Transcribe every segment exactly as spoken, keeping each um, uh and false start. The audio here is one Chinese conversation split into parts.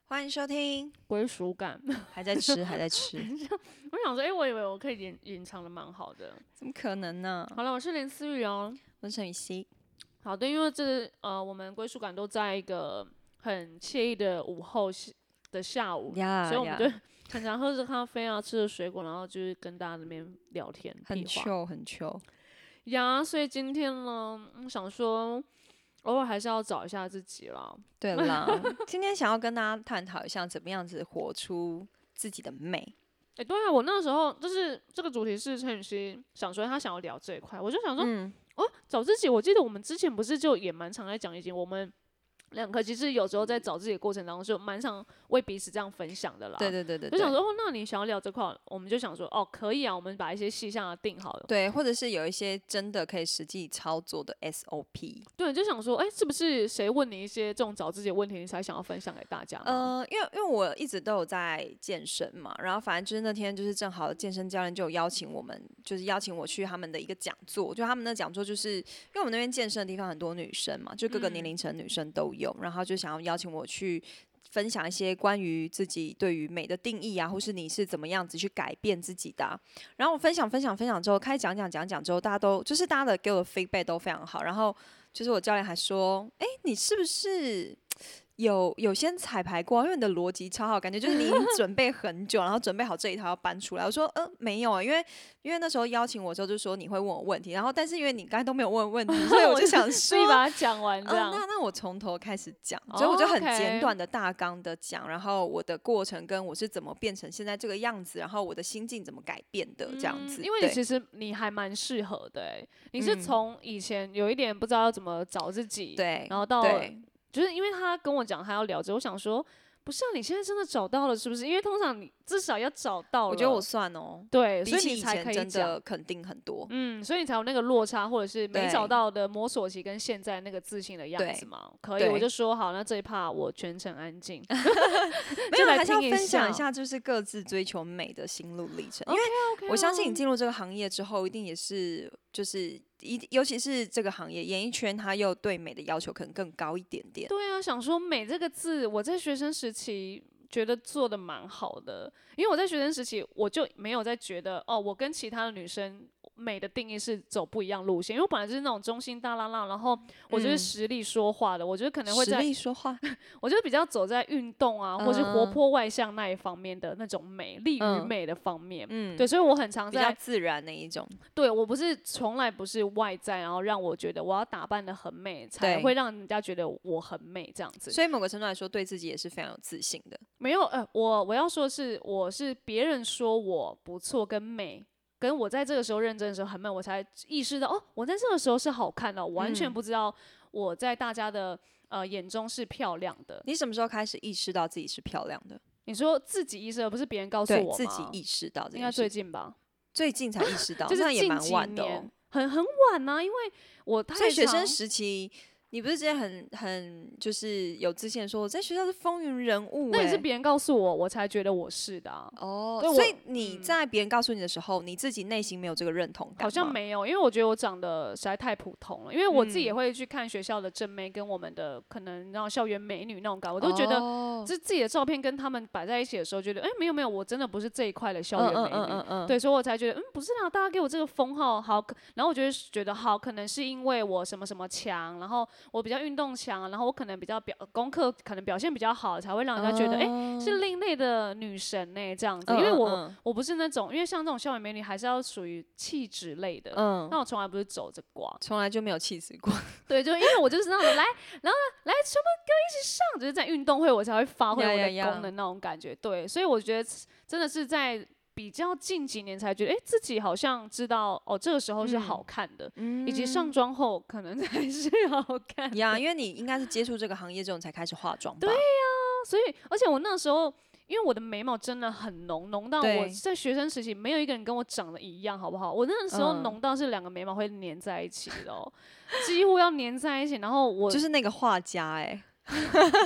欢迎收听归属感， 还在吃还在吃。 我想说，哎、欸，我以为我可以隐隐藏的蛮好的， 怎么可能呢？ 好了，我是林思雨哦， 我是陈雨希。 好的，因为这呃，我们归属感都在一个很惬意的午后的下午， yeah, 所以我们 yeah. 就很常喝着咖啡啊，吃着水果，然后就是跟大家那边聊天， 很 chill 很 chill 呀。所以今天呢，想说偶尔还是要找一下自己啦。 对啦，今天想要跟大家探讨一下，怎么样子活出自己的美。 哎、欸，对啊，我那时候就是这个主题是陈雨希想说他想要聊这一块，我就想说，嗯，哦，找自己。我记得我们之前不是就也蛮常在讲，已经我们两个其实有时候在找自己的过程当中，就蛮常为彼此这样分享的啦。 对对对对， 就想说，哦，那你想要聊这块，我们就想说，哦，可以啊，我们把一些细项定好了。 对，或者是有一些真的可以实际操作的 S O P。 对，就想说，哎、欸，是不是谁问你一些这种找自己的问题，你才想要分享给大家？ 呃，因为因为我一直都有在健身嘛，然后反正就是那天就是正好健身教练就有邀请我们，就是邀请我去他们的一个讲座，就他们的讲座就是因为我们那边健身的地方很多女生嘛，就各个年龄层女生都有，嗯、然后就想要邀请我去分享一些关于自己对于美的定义啊，或是你是怎么样子去改变自己的、啊。然后我分享分享分享之后，开始讲讲讲讲之后，大家都就是大家的给我的 feedback 都非常好。然后就是我教练还说，哎、欸，你是不是有有先彩排过？因为你的逻辑超好，感觉就是你已经准备很久，然后准备好这一套要搬出来。我说，呃，没有啊，因为因为那时候邀请我的时候就说你会问我问题，然后但是因为你刚才都没有问问题，所以我就想说， 你把它讲完这样。 呃、那那我从头开始讲，所以我就很简短的大纲的讲，然后我的过程跟我是怎么变成现在这个样子，然后我的心境怎么改变的这样子。 嗯、因为你其实你还蛮适合的、欸，你是从以前有一点不知道要怎么找自己， 对， 然后到。 对， 就是因为他跟我讲他要聊这，我想说，不是啊，你现在真的找到了是不是？因为通常你至少要找到了。 我觉得我算哦， 对， 比所以你才可以真的肯定很多。 嗯，所以你才有那个落差，或者是没找到的摸索期跟现在那个自信的样子嘛。可以，我就说好，那这一趴我全程安静。 没有，还是要分享一下，就是各自追求美的心路历程。因为我相信你进入这个行业之后，一定也是就是一，尤其是这个行业演艺圈，它又对美的要求可能更高一点点。 对啊，想说美这个字，我在学生时期觉得做的蛮好的，因为我在学生时期我就没有在觉得哦，我跟其他的女生美的定义是走不一样路线，因为我本来就是那种中心大浪浪，然后我就是实力说话的，嗯、我觉得可能会在实力说话， 我觉得比较走在运动啊，嗯、或是活泼外向那一方面的那种美，力与美的方面，嗯，对，所以我很常在比较自然的一种， 对我不是从来不是外在，然后让我觉得我要打扮得很美，才会让人家觉得我很美这样子， 所以某个程度来说，对自己也是非常有自信的。 没有，呃，我我要说的是，我是别人说我不错跟美。跟我在这个时候认真的时候很美，我才意识到哦，我在这个时候是好看的，我完全不知道我在大家的呃眼中是漂亮的。 你什么时候开始意识到自己是漂亮的？ 你说自己意识，而不是别人告诉我吗？ 对，自己意识到这件事， 应该最近吧？ 最近才意识到， 就是那也蛮晚的、哦， 很很晚啊，因为我太在学生时期。你不是之前很很就是有自信说我在学校是风云人物、欸， 那也是别人告诉我，我才觉得我是的、啊。 哦，所以你在别人告诉你的时候，嗯、你自己内心没有这个认同感吗？ 好像没有，因为我觉得我长得实在太普通了。因为我自己也会去看学校的正妹跟我们的可能让校园美女那种感，我都觉得这自己的照片跟他们摆在一起的时候，觉得哎、欸、没有没有，我真的不是这一块的校园美女。嗯嗯嗯嗯对，所以我才觉得嗯不是啦，大家给我这个封号好，然后我就觉得好，可能是因为我什么什么强，然后我比较运动。强，然后我可能比较表功课可能表现比较好，才会让人家觉得哎、uh, 欸、是另类的女神呢、欸、这样子。因为我、uh, uh. 我不是那种，因为像这种校园美女还是要属于气质类的，嗯、uh. 那我从来不是走这挂， 从来就没有气质过。 对，就因为我就是那种来，然后来全部跟我一起上，就是在运动会我才会发挥我的功能那种感觉。对，所以我觉得真的是在。比较近几年才觉得，哎、欸，自己好像知道哦，这个时候是好看的，嗯、以及上妆后可能才是好看的呀。因为你应该是接触这个行业之后，你才开始化妆吧？ 对呀、啊，所以而且我那时候，因为我的眉毛真的很浓，浓到我在学生时期没有一个人跟我长得一样，好不好？我那时候浓到是两个眉毛会粘在一起的哦，嗯、几乎要粘在一起。然后我就是那个画家哎、欸。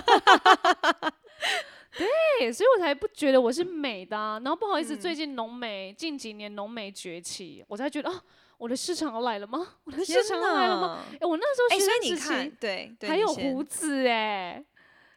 对，所以我才不觉得我是美的、啊。然后不好意思，嗯、最近浓眉近几年浓眉崛起，我才觉得啊，我的市场要来了吗？我的市场要来了吗？哎、欸，我那时候学生时期、欸、 对，对还有胡子哎、欸。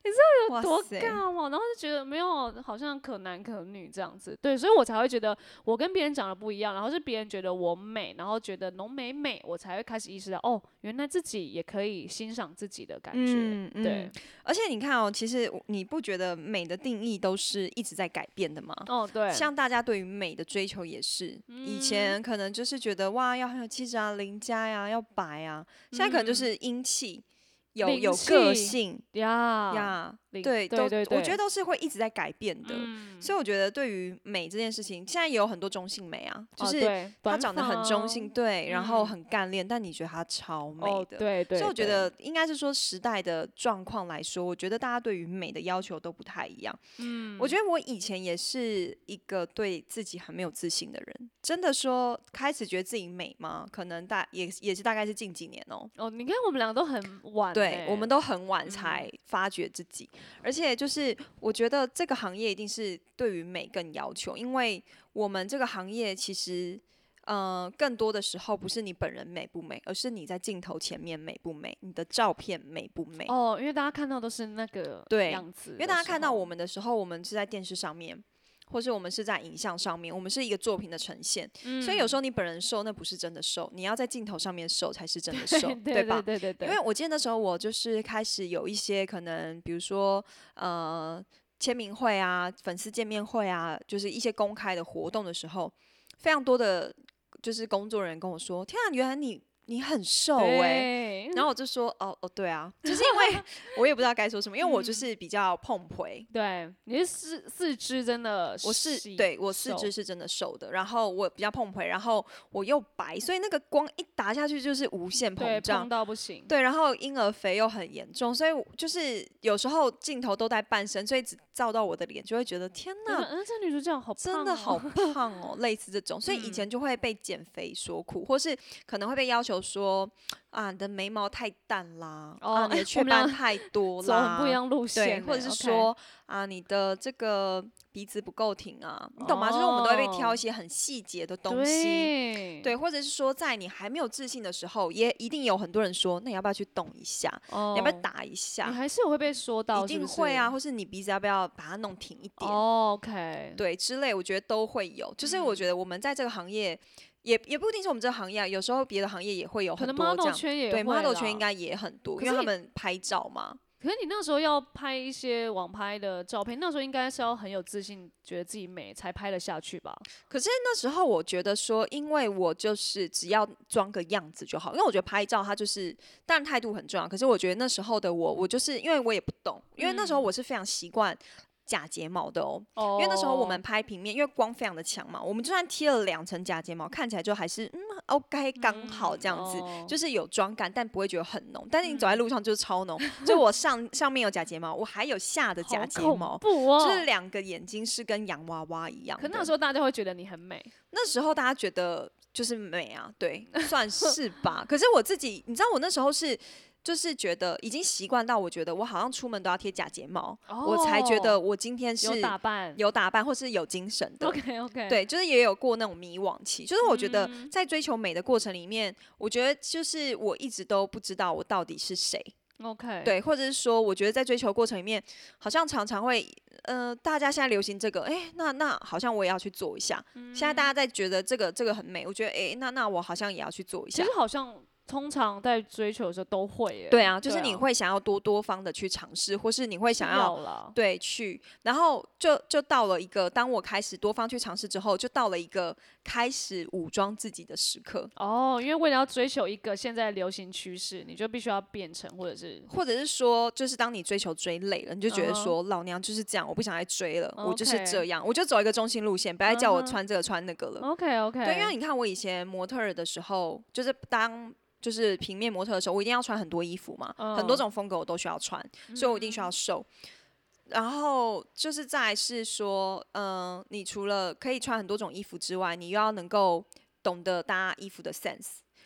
你知道有多哇塞尬吗？然后就觉得没有，好像可男可女这样子，对，所以我才会觉得我跟别人长得不一样，然后是别人觉得我美，然后觉得浓美美，我才会开始意识到，哦，原来自己也可以欣赏自己的感觉， 嗯对嗯，，而且你看哦，其实你不觉得美的定义都是一直在改变的吗？ 哦对， 像大家对于美的追求也是，以前可能就是觉得哇要很有气质啊、邻家呀、要白啊，现在可能就是英气，有灵有个气性呀， 呀， 灵对，都对对我觉得对， 都是会一直在改变的。 嗯， 所以我觉得对于美这件事情，现在也有很多中性美啊，就是哦对，短她长得很中性， 发， 对，然后嗯， 很干练，但你觉得她超美哦的。 对对对， 所以我觉得应该是说时代的状况来说，我觉得大家对于美的要求都不太一样。我觉得我以前也是一个对自己很没有自信的人，真的说开始觉得自己美吗？可能大也也是大概是近几年哦、 哦，你看我们两个都很晚对，我们呢， 都很晚才发掘自己，而且就是我觉得这个行业一定是对于美更要求，因为我们这个行业其实。呃，更多的时候不是你本人美不美，而是你在镜头前面美不美，你的照片美不美。 哦，因为大家看到都是那个对， 样子的时候， 因为大家看到我们的时候，我们是在电视上面，或是我们是在影像上面，我们是一个作品的呈现。所以有时候你本人瘦，那不是真的瘦，你要在镜头上面瘦才是真的瘦， 对吧？ 对对对对， 因为我记得那时候我就是开始有一些可能，比如说呃签名会啊、粉丝见面会啊，就是一些公开的活动的时候，非常多的就是工作人员跟我说：“天啊，原来你你很瘦哎、 对， 然后我就说：“哦哦，对啊，就是因为我也不知道该说什么，因为我就是比较碰回。” 对，你是四四肢真的我是细对我四瘦肢是真的瘦的，然后我比较碰回，然后我又白，所以那个光一打下去就是无限对， 膨胀碰。到不行， 对，然后婴儿肥又很严重，所以我就是有时候镜头都在半身，所以只照到我的脸，就会觉得天呐， 就说嗯，这女主角好胖真的好哦， 胖哦，类似这种，所以以前就会被减肥所苦，或是可能会被要求说啊，你的眉毛太淡啦， 哦啊，你哎的雀我们俩斑太多走很不一啦， 样路对， 线呢， 或者是 OK 说啊，你的这个鼻子不够挺啊，你懂吗？就是我们都会被挑一哦些很细节的东西。 对对，或者是说，在你还没有自信的时候，也一定有很多人说，那你要不要去动一下？你要不要哦， 打一你下？ 还是有会被说一到，是不定会啊， 是？ 或是你鼻子要不要把它弄挺一点？ 哦，OK， 对，之类，我觉得都会有。就是我嗯觉得我们在这个行业，也也不一定是我们这个行业啊，有时候别的行业也会有可能很多这 model 样。对圈也会 ，model 圈应啦。 该也很多， 可是你因为他们拍照嘛。 可是你那时候要拍一些网拍的照片，那时候应该是要很有自信，觉得自己美才拍得下去吧？ 可是那时候我觉得说，因为我就是只要装个样子就好，因为我觉得拍照它就是，当然态度很重要。可是我觉得那时候的我，我就是因为我也不懂，因为那时候我是非常习惯假睫毛的哦。 哦， 因为那时候我们拍平面，因为光非常的强嘛，我们就算贴了两层假睫毛，看起来就还是嗯 OK 刚好这样子， 哦就是有妆感，但不会觉得很浓。但是你走在路上就是超浓，就我上上面有假睫毛，我还有下的假好恐睫毛， 怖哦， 就是两个眼睛是跟洋娃娃一样的。 可那时候大家会觉得你很美， 那时候大家觉得就是美啊，对，算是吧。可是我自己，你知道我那时候是。就是觉得已经习惯到，我觉得我好像出门都要贴假睫毛，我才觉得我今天是有打扮有打扮或是有精神的。 ，OK OK， 对，就是也有过那种迷惘期。就是我觉得嗯在追求美的过程里面，我觉得就是我一直都不知道我到底是谁。 OK， 对，或者是说，我觉得在追求过程里面，好像常常会，呃，大家现在流行这个，哎，那那好像我也要去做一下。现在大家在觉得这个这个很美，我觉得，哎，那那我好像也要去做一下其实。好像通常在追求的时候都会耶， 对啊，就是你会想要多多方的去尝试，或是你会是想要啦， 对去，然后就就到了一个，当我开始多方去尝试之后，就到了一个开始武装自己的时刻。 哦，因为为了要追求一个现在流行趋势，你就必须要变成，或者是或者是说，就是当你追求追累了，你就觉得嗯哼说，老娘就是这样，我不想再追了，我就是这 OK 样，我就走一个中心路线，不要再叫我嗯哼穿这个穿那个了。 OK OK， 对，因为你看我以前模特儿的时候，就是当就是平面模特的时候，我一定要穿很多衣服嘛， 嗯很多种风格我都需要穿，所以我一定需要瘦。然后就是再来是说，嗯、你除了可以穿很多种衣服之外，你又要能够懂得搭衣服的 sense。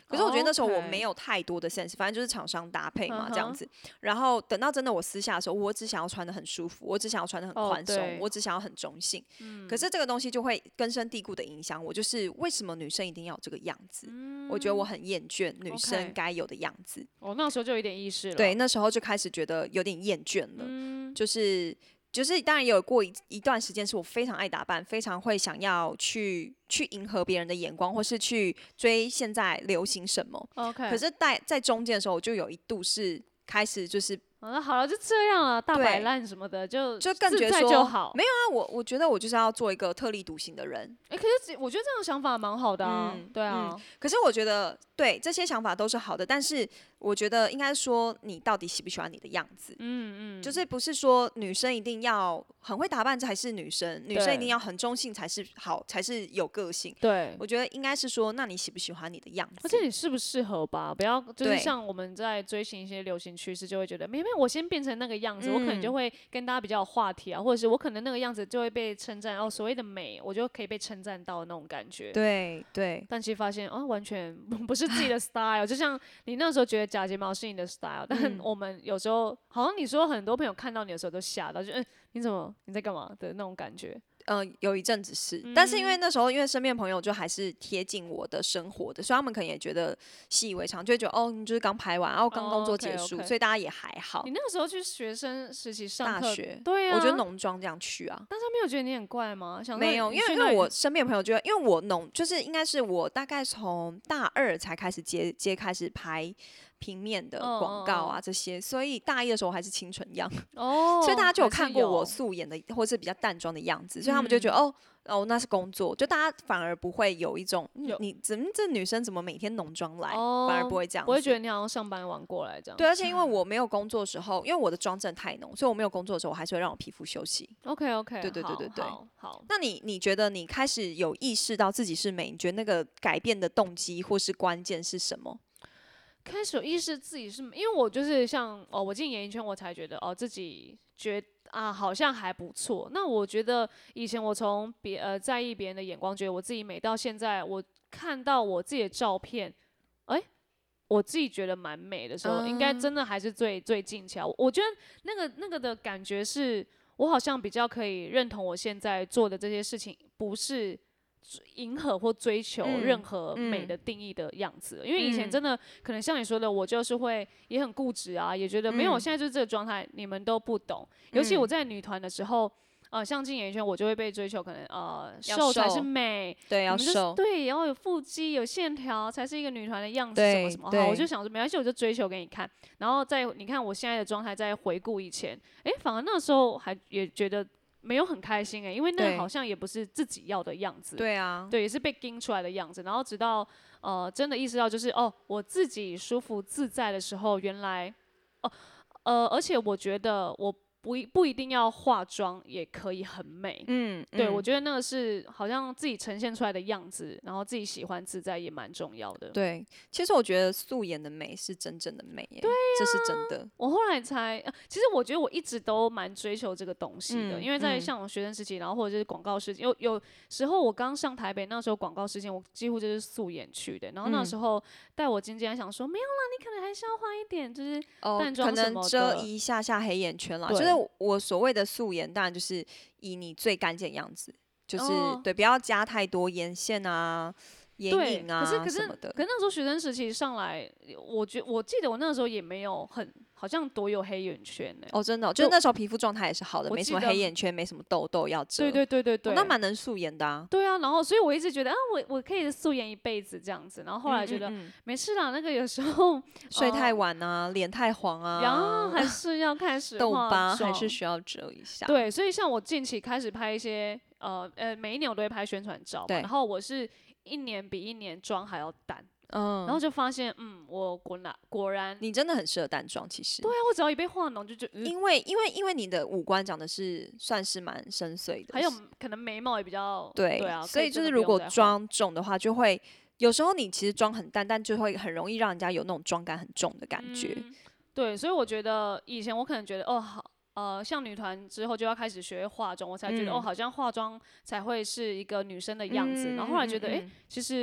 可是我觉得那时候我 OK 没有太多的 sense，反正就是厂商搭配嘛嗯哼这样子。然后等到真的我私下的时候，我只想要穿的很舒服，我只想要穿的很哦宽松， 对我只想要很中性。可是这个东西就会根深蒂固的影响我，就是为什么女生一定要有这个样子？我觉得我很厌倦女生 OK 该有的样子。 我那时候就有一点意识了。 对，那时候就开始觉得有点厌倦了，就是就是当然也有过一一段时间是我非常爱打扮，非常会想要去去迎合别人的眼光，或是去追现在流行什么。 OK， 可是在在中间的时候，我就有一度是开始就是啊那好了，就这样了，大对摆烂什么的，就就更觉自在得说就好。 没有啊，我我觉得我就是要做一个特立独行的人。 哎、可是我觉得这样想法蛮好的啊。 嗯对啊， 可是我觉得对这些想法都是好的，但是我觉得应该说你到底喜不喜欢你的样子？ 嗯嗯， 就是不是说女生一定要很会打扮才是女生，女生对一定要很中性才是好，才是有个性。 对。 我觉得应该是说，那你喜不喜欢你的样子？ 而且你适不适合吧，不要就是对像我们在追寻一些流行趋势，就会觉得，没没，我先变成那个样子，我可能就嗯会跟大家比较有话题啊，或者是我可能那个样子就会被称赞，哦，所谓的美，我就可以被称赞到的那种感觉。 对对但其实发现，哦，完全不是自己的 style。就像你那时候觉得假睫毛是你的 style，但嗯我们有时候好像你说很多朋友看到你的时候都吓到，就嗯，你怎么你在干嘛的那种感觉。 呃，有一阵子是， 嗯但是因为那时候因为身边朋友就还是贴近我的生活的，所以他们可能也觉得习以为常，就会觉得哦，你就是刚拍完，然后刚工作结束， 哦，OK，OK 所以大家也还好你。那个时候去学生时期上课， 大学， 对啊， 我觉得浓妆这样去啊， 但是他没有觉得你很怪吗？想说没有，因为你去那里因为我身边朋友觉得，因为我浓就是应该是我大概从大二才开始接接开始拍平面的嗯广告嗯啊这些，所以大一的时候我还是清纯样， 哦， 所以大家就有还是看过我有素颜的或是比较淡妆的样子，所以他们就觉得、哦哦那是工作，就大家反而不会有一种嗯有你怎么这女生怎么每天浓妆来， 哦， 反而不会这样子， 不会觉得你好像上班晚过来这样。 对，而且因为我没有工作的时候，因为我的妆真的太浓，所以我没有工作的时候，我还是会让我皮肤休息。 ，OK OK， 对对对对对好好。 那你你觉得你开始有意识到自己是美，你觉得那个改变的动机或是关键是什么？ 开始有意识自己是，因为我就是像哦，我进演艺圈，我才觉得哦，自己觉啊好像还不错。那我觉得以前我从别呃在意别人的眼光，觉得我自己美，到现在我看到我自己的照片，哎、我自己觉得蛮美的时候，应该真的还是最最近期啊。我我觉得那个那个的感觉是，我好像比较可以认同我现在做的这些事情，不是迎合或追求嗯任何美嗯的定义的样子了。因为以前嗯真的可能像你说的，我就是会也很固执啊，也觉得没有，我嗯现在就是这个状态，你们都不懂。尤其我嗯在女团的时候。呃，像进演艺圈，我就会被追求，可能呃要瘦才是瘦美， 对，要我们就是瘦， 对，然后有腹肌、有线条，才是一个女团的样子，什么对什么。好， 对我就想说，没关系，我就追求给你看。然后再你看我现在的状态，再回顾以前，哎，反而那时候还也觉得没有很开心哎，因为那对好像也不是自己要的样子。 对啊， 对，也是被盯出来的样子。然后直到呃真的意识到，就是哦，我自己舒服自在的时候，原来哦呃，而且我觉得我不一不一定要化妆也可以很美。 嗯， 对， 嗯我觉得那个是好像自己呈现出来的样子，然后自己喜欢自在也蛮重要的。 对，其实我觉得素颜的美是真正的美耶，对、这是真的。 我后来才，呃其实我觉得我一直都蛮追求这个东西的， 嗯因为在嗯像我学生时期，然后或者是广告时期，有有时候我刚上台北，那时候广告时间我几乎就是素颜去的，然后那嗯时候带我经纪人想说，没有啦，你可能还是要化一点，就是哦， 淡可妆什么能遮的一下下黑眼圈啦。 对就是我所谓的素颜，当然就是以你最干净的样子，就是、 哦对，不要加太多眼线啊、眼对， 影啊可是可是什么的。 可是那时候学生时期上来，我觉我记得我那个时候也没有很好像多有黑眼圈呢、 哦，真的哦、就是就那时候皮肤状态也是好的，没什么我记得黑眼圈，没什么痘痘要遮。 对对对对对， 哦那蛮能素颜的啊。 对啊，然后所以我一直觉得啊，我我可以素颜一辈子这样子，然后后来觉得、 嗯嗯嗯没事啦，那个有时候睡太呃晚啊，脸太黄然后啊， 还是要开始痘化疤还妆是需要遮一下。 对，所以像我近期开始拍一些呃呃，每一年我都会拍宣传照嘛， 对然后我是一年比一年妆还要淡， 嗯， 然后就发现嗯，我果然果然， 你真的很适合淡妆，其实。 对啊，我只要一被化浓就觉得，嗯因为因为因为你的五官长得是算是蛮深邃的， 还有可能眉毛也比较对对啊， 所以可真就是如果的不用再画妆重的话，就会有时候你其实妆很淡，但就会很容易让人家有那种妆感很重的感觉。 嗯对，所以我觉得以前我可能觉得哦好。呃，像女团之后就要开始学会化妆，我才觉得、 嗯哦，好像化妆才会是一个女生的样子。然后后来觉得，哎、 嗯嗯嗯其实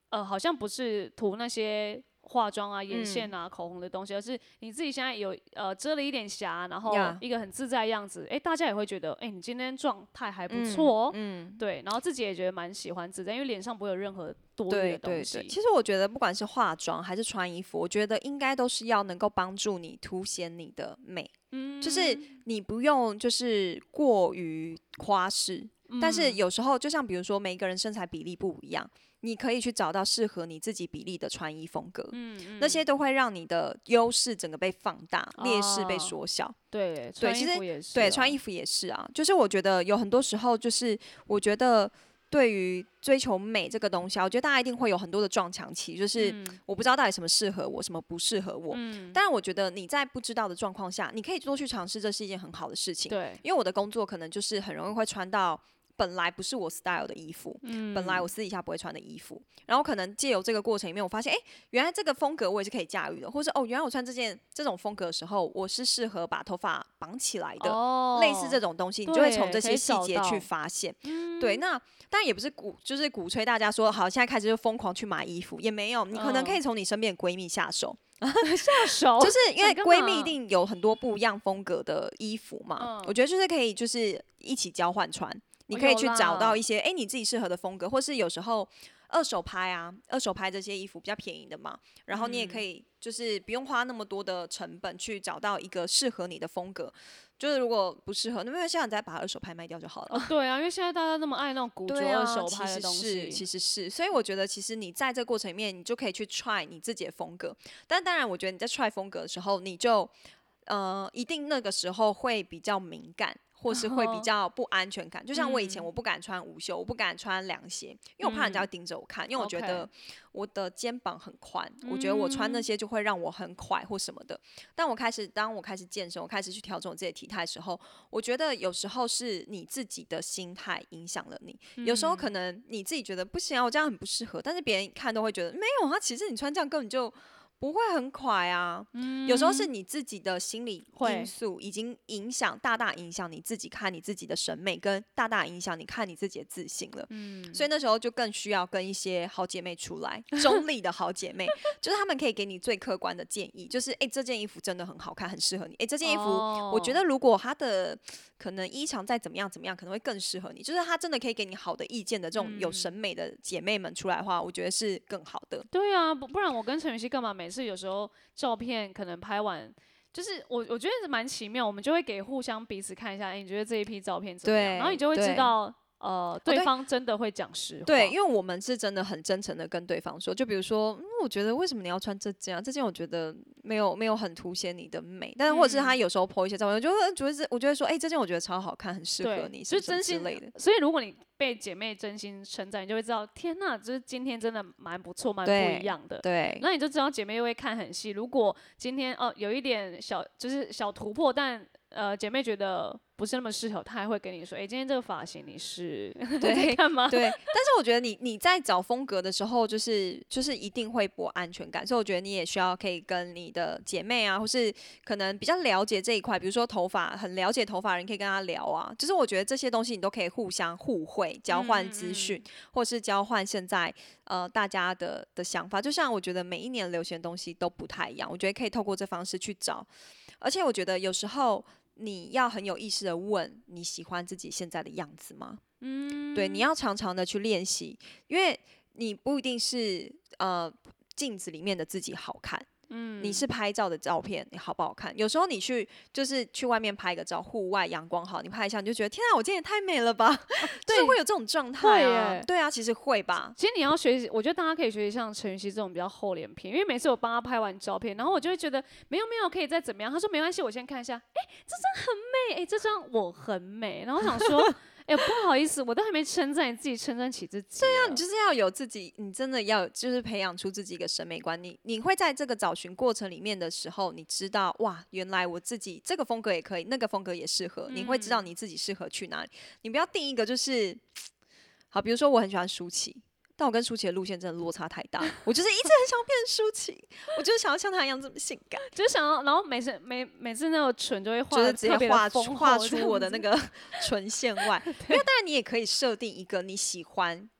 呃，好像不是涂那些化妆啊、眼线啊、嗯、口红的东西，而是你自己现在有呃遮了一点瑕，然后一个很自在的样子，哎、yeah. ，大家也会觉得，哎、欸，你今天状态还不错哦、嗯，嗯，对，然后自己也觉得蛮喜欢自在，因为脸上不会有任何多余的东西。 对对对，其实我觉得不管是化妆还是穿衣服，我觉得应该都是要能够帮助你凸显你的美，嗯，就是你不用就是过于夸饰。但是有时候，就像比如说，每一个人身材比例不一样，你可以去找到适合你自己比例的穿衣风格，嗯嗯、那些都会让你的优势整个被放大，哦、劣势被缩小。 对，对，穿衣服也是、啊。 对，穿衣服也是啊。就是我觉得有很多时候，就是我觉得对于追求美这个东西，我觉得大家一定会有很多的撞墙期，就是我不知道到底什么适合我，什么不适合我。嗯。但是我觉得你在不知道的状况下，你可以多去尝试，这是一件很好的事情。 对。 因为我的工作可能就是很容易会穿到本来不是我 style 的衣服，嗯、本来我私底下不会穿的衣服，然后可能借由这个过程里面，我发现，哎、欸，原来这个风格我也是可以驾驭的，或是哦，原来我穿这件这种风格的时候，我是适合把头发绑起来的，哦、类似这种东西，你就会从这些细节去发现。对，那当然也不是鼓，就是鼓吹大家说，好，现在开始就疯狂去买衣服，也没有，你可能可以从你身边的闺蜜下手。 下手， 就是因为闺蜜一定有很多不一样风格的衣服嘛，嗯、我觉得就是可以，就是一起交换穿。你可以去找到一些哎、欸、你自己适合的风格，或是有时候二手拍啊，二手拍这些衣服比较便宜的嘛，然后你也可以就是不用花那么多的成本去找到一个适合你的风格。就是如果不适合，那没关系，你再把二手拍卖掉就好了。 哦，对啊，因为现在大家那么爱那种古着二手拍的东西， 啊、其实是，所以我觉得其实你在这个过程里面，你就可以去 try 你自己的风格。但当然，我觉得你在 try 风格的时候，你就呃一定那个时候会比较敏感。或是会比较不安全感，就像我以前我不敢穿无袖，我不敢穿凉鞋，因为我怕人家会盯着我看，因为我觉得我的肩膀很宽，我觉得我穿那些就会让我很快或什么的。但我开始，当我开始健身，我开始去调整我自己的体态的时候，我觉得有时候是你自己的心态影响了你，有时候可能你自己觉得不行啊，我这样很不适合，但是别人看都会觉得没有啊，其实你穿这样根本就不会很快啊，嗯、有时候是你自己的心理因素已经影响，大大影响你自己看你自己的审美，跟大大影响你看你自己的自信了。嗯，所以那时候就更需要跟一些好姐妹出来，中立的好姐妹，就是她们可以给你最客观的建议，就是哎、欸，这件衣服真的很好看，很适合你。哎、欸，这件衣服、哦、我觉得如果它的可能衣长再怎么样怎么样，可能会更适合你。就是她真的可以给你好的意见的这种有审美的姐妹们出来的话，我觉得是更好的。 对啊，不不然我跟陈雨希干嘛每次有时候照片可能拍完，就是我我觉得是蛮奇妙，我们就会给互相彼此看一下，哎、欸，你觉得这一批照片怎么样？然后你就会知道。呃，对方真的会讲实话、哦。 对，因为我们是真的很真诚的跟对方说，就比如说，嗯，我觉得为什么你要穿这件啊？这件我觉得没有没有很凸显你的美，但是或者是他有时候 po 一些照片，我就会觉得我就会说，哎、欸，这件我觉得超好看，很适合你，是真心之类的。 所以如果你被姐妹真心称赞，你就会知道，天哪，就是今天真的蛮不错，蛮不一样的。 对， 那你就知道姐妹又会看很细。如果今天哦、呃、有一点小就是小突破，但呃姐妹觉得不是那么适合，她还会跟你说，哎、欸，今天这个发型你是在干嘛？ 对，但是我觉得你你在找风格的时候，就是就是一定会不安全感，所以我觉得你也需要可以跟你的姐妹啊，或是可能比较了解这一块，比如说头发很了解头发的人，可以跟他聊啊。就是我觉得这些东西你都可以互相互惠，交换资讯，嗯嗯，或是交换现在呃大家的的想法。就像我觉得每一年流行的东西都不太一样，我觉得可以透过这方式去找。而且我觉得有时候你要很有意识的问，你喜欢自己现在的样子吗？嗯，对，你要常常的去练习，因为你不一定是呃镜子里面的自己好看。嗯，你是拍照的照片，你好不好看？有时候你去就是去外面拍个照，户外阳光好，你拍一下你就觉得天啊，我今天也太美了吧！就是会有这种状态啊。对啊，其实会吧。 其实你要学习，我觉得大家可以学习像陈雨希这种比较厚脸皮，因为每次我帮他拍完照片，然后我就会觉得没有没有可以再怎么样。他说没关系，我先看一下。哎、欸，这张很美，哎、欸，这张我很美。然后我想说。哎、欸，不好意思，我都还没称赞你自己，称赞起自己。 对啊，你就是要有自己，你真的要就是培养出自己一个审美观。你你会在这个找寻过程里面的时候，你知道哇，原来我自己这个风格也可以，那个风格也适合。嗯、你会知道你自己适合去哪里。你不要定一个就是，好，比如说我很喜欢舒淇。但我跟舒淇的路线真的落差太大，我就是一直很想变舒淇，我就是想要像她一样这么性感， 就是想要，然后每次每每次那个唇就会画， 就是直接画出画出我的那个唇线外。因为当然你也可以设定一个你喜欢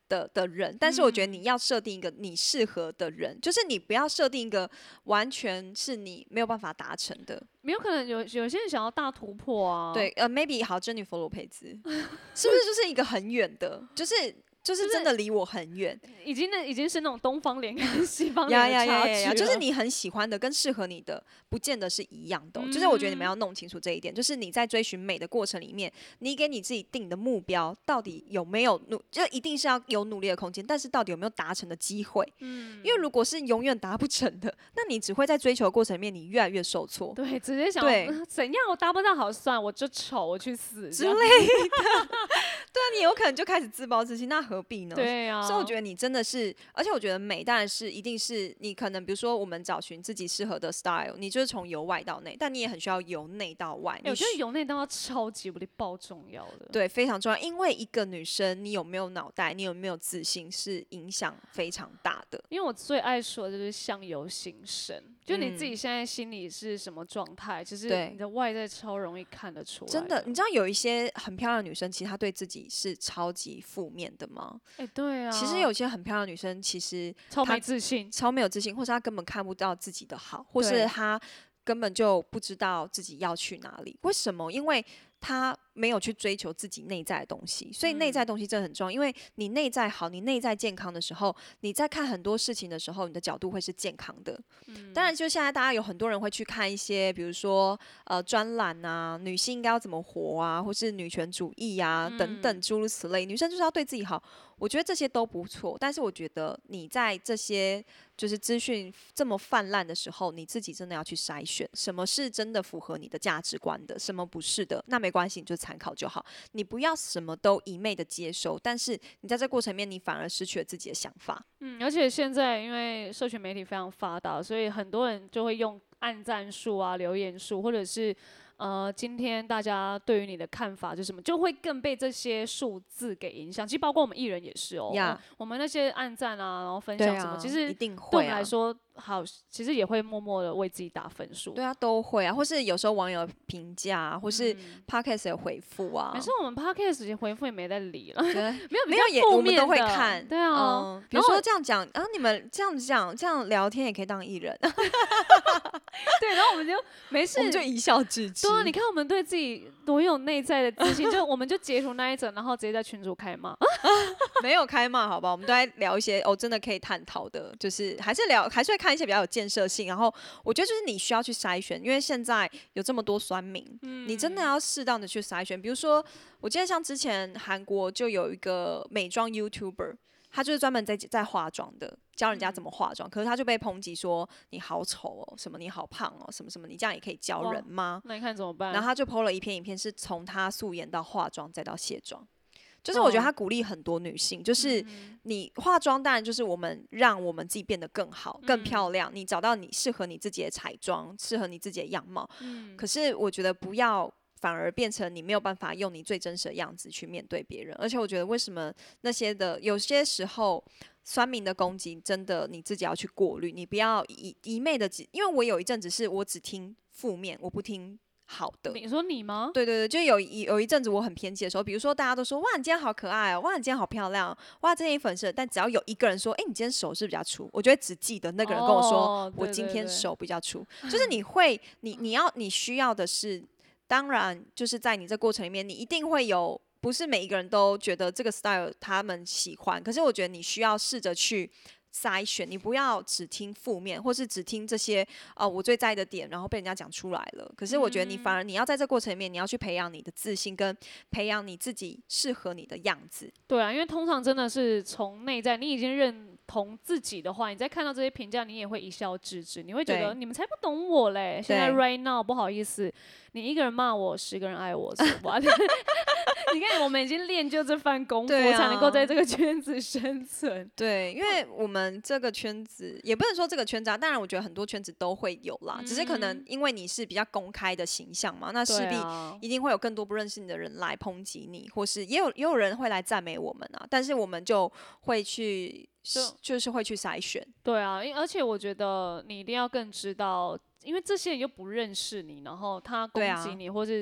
的的人，但是我觉得你要设定一个你适合的人，就是你不要设定一个完全是你没有办法达成的。 没有可能有有些人想要大突破啊。 对，呃，maybe 好，珍妮佛罗佩兹是不是就是一个很远的，就是就是真的离我很远， 已经那已经是那种东方脸跟西方脸的差距了。呀呀呀呀！ 就是你很喜欢的跟适合你的，不见得是一样的、哦嗯。就是我觉得你们要弄清楚这一点，就是你在追寻美的过程里面，你给你自己定的目标到底有没有努，就一定是要有努力的空间，但是到底有没有达成的机会？嗯，因为如果是永远达不成的，那你只会在追求的过程里面，你越来越受挫。 对，直接想对怎样我达不到，好算我就丑，我去死之类的。对啊，你有可能就开始自暴自弃，那何必呢？ 对呀、啊。 所以我觉得你真的是，而且我觉得美当然是一定是你可能比如说我们找寻自己适合的 style， 你就是从由外到内，但你也很需要由内到外。 欸、我觉得由内到外超级无敌爆重要的， 对，非常重要。因为一个女生你有没有脑袋，你有没有自信，是影响非常大的。 因为我最爱说的就是相由心生，就你自己现在心里是什么状态、嗯，其实你的外在超容易看得出来的。 真的，你知道有一些很漂亮的女生，其实她对自己是超级负面的吗？ 哎、欸，对啊。 其实有些很漂亮的女生，其实超没自信， 超没有自信，或是她根本看不到自己的好，或是她根本就不知道自己要去哪里。为什么？因为她没有去追求自己内在的东西，所以内在的东西真的很重要。因为你内在好，你内在健康的时候，你在看很多事情的时候，你的角度会是健康的。嗯、当然，就现在大家有很多人会去看一些，比如说呃专栏啊，女性应该要怎么活啊，或是女权主义啊、嗯、等等诸如此类。女生就是要对自己好，我觉得这些都不错。但是我觉得你在这些就是资讯这么泛滥的时候，你自己真的要去筛选，什么是真的符合你的价值观的，什么不是的，那没关系，你就参考就好。你不要什么都一昧的接收，但是你在这过程里面，你反而失去了自己的想法。 嗯，而且现在因为社群媒体非常发达，所以很多人就会用按赞数啊、留言数，或者是呃，今天大家对于你的看法是什么，就会更被这些数字给影响。其实包括我们艺人也是哦， yeah. 我们那些按赞啊，然后分享什么， 啊、 其实一定会、啊、 对我们来说。好，其实也会默默的为自己打分数。 对啊，都会啊，或是有时候网友评价、啊，或是 podcast 的回复啊。 可、嗯、是我们 podcast 回复也没在理了，没有没有也我们都会看。 对啊， 嗯、比如说这样讲，然后你们这样讲，这样聊天也可以当艺人。 对，然后我们就没事， 我们就一笑置之。 对啊，你看我们对自己多有内在的自信，就我们就截图那一则，然后直接在群组开骂。 没有开骂，好吧，我们都在聊一些哦，真的可以探讨的，就是还是聊，还是会看一些比较有建设性。然后我觉得就是你需要去筛选，因为现在有这么多酸民，嗯、你真的要适当的去筛选。比如说，我记得像之前韩国就有一个美妆 YouTuber， 他就是专门在在化妆的，教人家怎么化妆、嗯，可是他就被抨击说你好丑哦，什么你好胖哦，什么什么，你这样也可以教人吗？ 那你看怎么办？ 然后他就 po 了一篇影片，是从他素颜到化妆再到卸妆。就是我觉得他鼓励很多女性，就是你化妆当然就是我们让我们自己变得更好、更漂亮。你找到你适合你自己的彩妆，适合你自己的样貌。可是我觉得不要反而变成你没有办法用你最真实的样子去面对别人。而且我觉得为什么那些的有些时候酸民的攻击，真的你自己要去过滤，你不要一一昧的只，因为我有一阵子是我只听负面，我不听好的。 你说你吗？ 对对对，就有一有一阵子我很偏激的时候，比如说大家都说哇你今天好可爱哦，哇你今天好漂亮，哇这件粉色，但只要有一个人说哎、欸、你今天手是比较粗，我就会只记得那个人跟我说、哦、我今天手比较粗。对对对，就是你会你你要你需要的是，当然就是在你这过程里面，你一定会有，不是每一个人都觉得这个 style 他们喜欢，可是我觉得你需要试着去筛选，你不要只听负面，或是只听这些呃我最在意的点，然后被人家讲出来了。可是我觉得你反而你要在这过程里面，你要去培养你的自信，跟培养你自己适合你的样子。 对啊，因为通常真的是从内在，你已经认同自己的话，你再看到这些评价，你也会一笑置之，你会觉得你们才不懂我嘞。现在 right now 不好意思，你一个人骂我，十个人爱我，是吧？你看，我们已经练就这番功夫，啊、才能够在这个圈子生存。 对，因为我们这个圈子也不能说这个圈子啊，当然我觉得很多圈子都会有啦，嗯、只是可能因为你是比较公开的形象嘛，那势必一定会有更多不认识你的人来抨击你，或是也有也有人会来赞美我们啊，但是我们就会去就就是会去筛选。 对啊，而且我觉得你一定要更知道，因为这些人又不认识你，然后他攻击你，啊、或是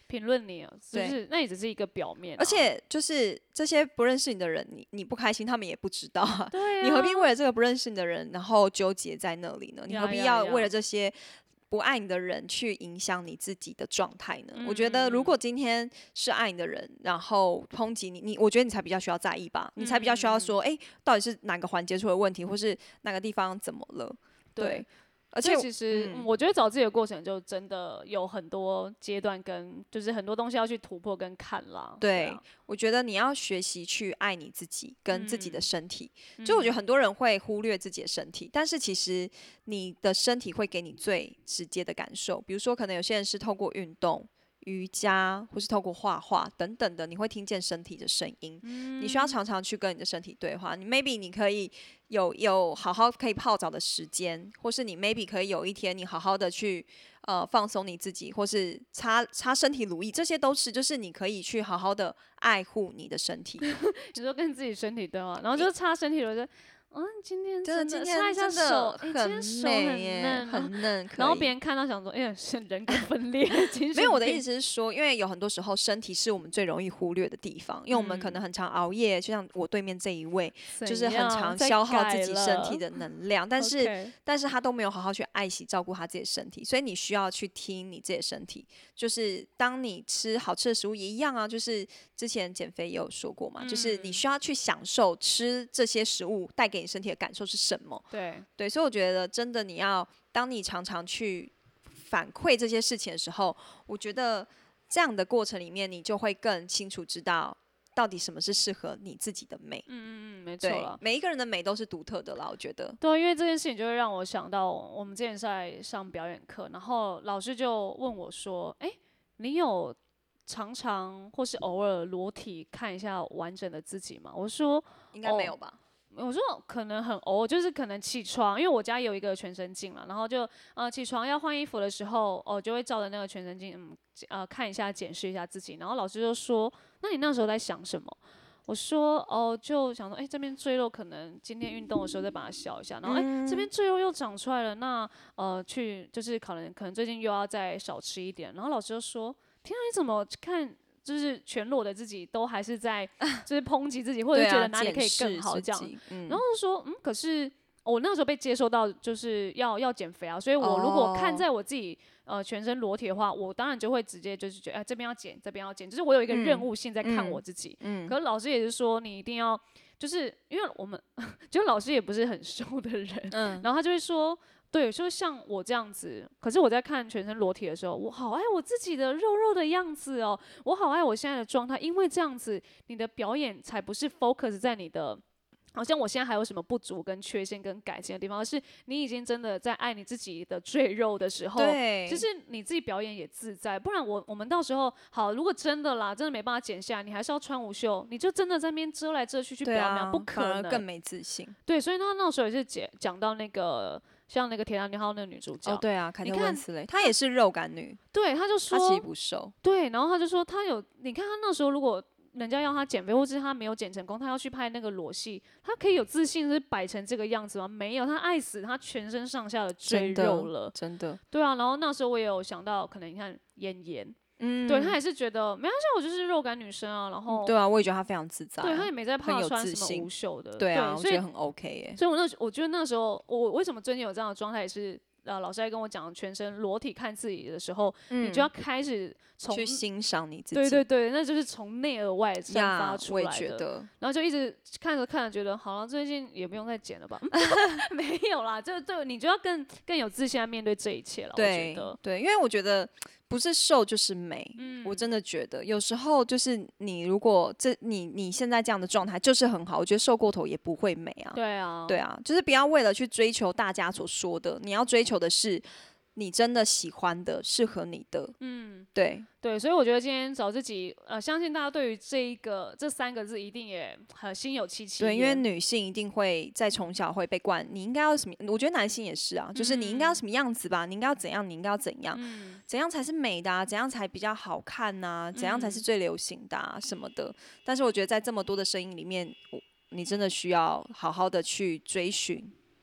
评论你，就是那也只是一个表面、啊， 而且就是这些不认识你的人，你你不开心，他们也不知道啊。 对啊， 你何必为了这个不认识你的人，然后纠结在那里呢？你何必要为了这些不爱你的人去影响你自己的状态呢？嗯、我觉得如果今天是爱你的人，然后抨击你，你我觉得你才比较需要在意吧，你才比较需要说，哎、欸，到底是哪个环节出了问题，或是哪个地方怎么了？对。对， 而且其实、嗯、我觉得找自己的过程就真的有很多阶段，跟就是很多东西要去突破跟看啦。 对， 对啊、 我觉得你要学习去爱你自己跟自己的身体。 嗯、 就我觉得很多人会忽略自己的身体，但是其实你的身体会给你最直接的感受。比如说，可能有些人是透过运动、瑜伽，或是透过画画等等的，你会听见身体的声音。嗯、你需要常常去跟你的身体对话。你 maybe 你可以有有好好可以泡澡的时间，或是你 maybe 可以有一天你好好的去呃放松你自己，或是擦擦身体乳液，这些都是就是你可以去好好的爱护你的身体。 你说跟自己身体对话，然后就擦身体乳液。嗯，今天真的擦一下手，哎、欸，今天手很嫩， 很嫩。 然后别人看到想说，哎、欸、呀，是人格分裂。 没有，我的意思是说，因为有很多时候身体是我们最容易忽略的地方，因为我们可能很常熬夜，就像我对面这一位，就是很常消耗自己身体的能量，但是、okay. 但是他都没有好好去爱惜照顾他自己的身体，所以你需要去听你自己的身体。就是当你吃好吃的食物也一样啊，就是之前减肥也有说过嘛，嗯、就是你需要去享受吃这些食物带给你身体的感受是什么？ 对对，所以我觉得真的你要，当你常常去反馈这些事情的时候，我觉得这样的过程里面，你就会更清楚知道到底什么是适合你自己的美。 嗯嗯嗯，没错啦， 每一个人的美都是独特的啦，我觉得。 对，因为这件事情就会让我想到，我们之前在上表演课，然后老师就问我说：“哎、欸，你有常常或是偶尔裸体看一下完整的自己吗？”我说：“ 应该没有吧。哦” 我说可能很偶尔，就是可能起床，因为我家有一个全身镜了，然后就呃起床要换衣服的时候，哦就会照着那个全身镜，嗯呃看一下检视一下自己，然后老师就说，那你那时候在想什么？我说哦就想说，哎、欸、这边赘肉可能今天运动的时候再把它消一下，然后哎、欸、这边赘肉又长出来了，那呃去就是可能可能最近又要再少吃一点，然后老师就说，天啊你怎么看？就是全裸的自己都还是在，就是抨击自己，或者是觉得哪里可以更好这样。嗯、然后就说，嗯，可是我那时候被接受到就是要要减肥啊，所以我如果看在我自己呃全身裸体的话，我当然就会直接就是觉得，哎、呃，这边要减，这边要减，就是我有一个任务性在看我自己。嗯。嗯可是老师也是说，你一定要，就是因为我们就老师也不是很瘦的人，嗯，然后他就会说。对，就像我这样子，可是我在看全身裸体的时候，我好爱我自己的肉肉的样子哦，我好爱我现在的状态，因为这样子，你的表演才不是 focus 在你的，好像我现在还有什么不足跟缺陷跟改进的地方，而是你已经真的在爱你自己的赘肉的时候， 对， 其实你自己表演也自在，不然我我们到时候好，如果真的啦，真的没办法减下来，你还是要穿无袖，你就真的在那边遮来遮去去表演，啊、不可能， 更没自信。 对，所以他那时候也是讲讲到那个。像那个《铁达尼号》那个女主角， 哦，对啊，凯特温斯雷，她也是肉感女。 对，她就说， 她其实不瘦。 对，然后她就说，她有，你看她那时候，如果人家要她减肥，或者是她没有减成功，她要去拍那个裸戏，她可以有自信是摆成这个样子吗？没有，她爱死她全身上下的赘肉了， 真的。真的对啊，然后那时候我也有想到，可能你看妍妍。嗯，对她也是觉得没关系，我就是肉感女生啊，然后对啊，我也觉得她非常自在、啊， 对她也没在怕穿什么无袖的， 对啊， 对我觉得很 OK 耶。 所以我那我觉得那时候我为什么最近有这样的状态，也是呃老师在跟我讲全身裸体看自己的时候，嗯、你就要开始从去欣赏你自己， 对对对，那就是从内而外散发出来的。 我也觉得， 然后就一直看着看着觉得，好了，最近也不用再减了吧？没有啦，就对你就要更更有自信来面对这一切了。我觉得， 对，因为我觉得。不是瘦就是美、嗯，我真的觉得有时候就是你如果这你你现在这样的状态就是很好，我觉得瘦过头也不会美啊。 对啊， 对啊，就是不要为了去追求大家所说的，你要追求的是你真的喜欢的、适合你的。嗯，对对，所以我觉得今天找自己，呃，相信大家对于这一个这三个字一定也很心有戚戚。 对，因为女性一定会在从小会被灌，你应该要什么？我觉得男性也是啊，就是你应该要什么样子吧，你应该要怎样，你应该要怎样，嗯、怎样才是美的啊？怎样才比较好看呐、啊？怎样才是最流行的啊？什么的？但是我觉得在这么多的声音里面，你真的需要好好的去追寻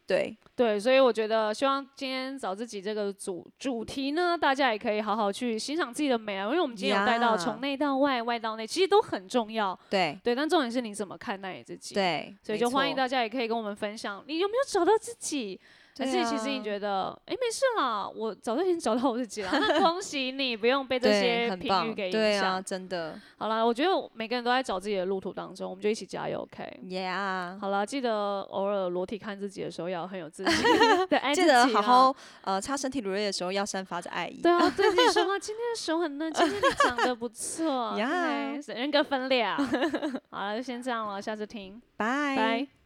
对对，所以我觉得希望今天找自己这个主主题呢，大家也可以好好去欣赏自己的美啊，因为我们今天有带到从内到外、外到内，其实都很重要。 对对，但重点是你怎么看待你自己。 对， 所以就欢迎大家也可以跟我们分享，你有没有找到自己？还是其实你觉得，哎、没事啦，我早就已经找到我自己了，那恭喜你，不用被这些评语给影响。 对啊，真的。 好了，我觉得每个人都在找自己的路途当中，我们就一起加油 ，OK？Yeah。好了，记得偶尔裸体看自己的时候要很有自信，对，爱自己。 记得好好呃擦身体乳液的时候要散发着爱意。 对啊，对自己说话，今天的手很嫩，今天你长得不错，呀，人格分裂啊。好了，就先这样了，下次听， 拜拜。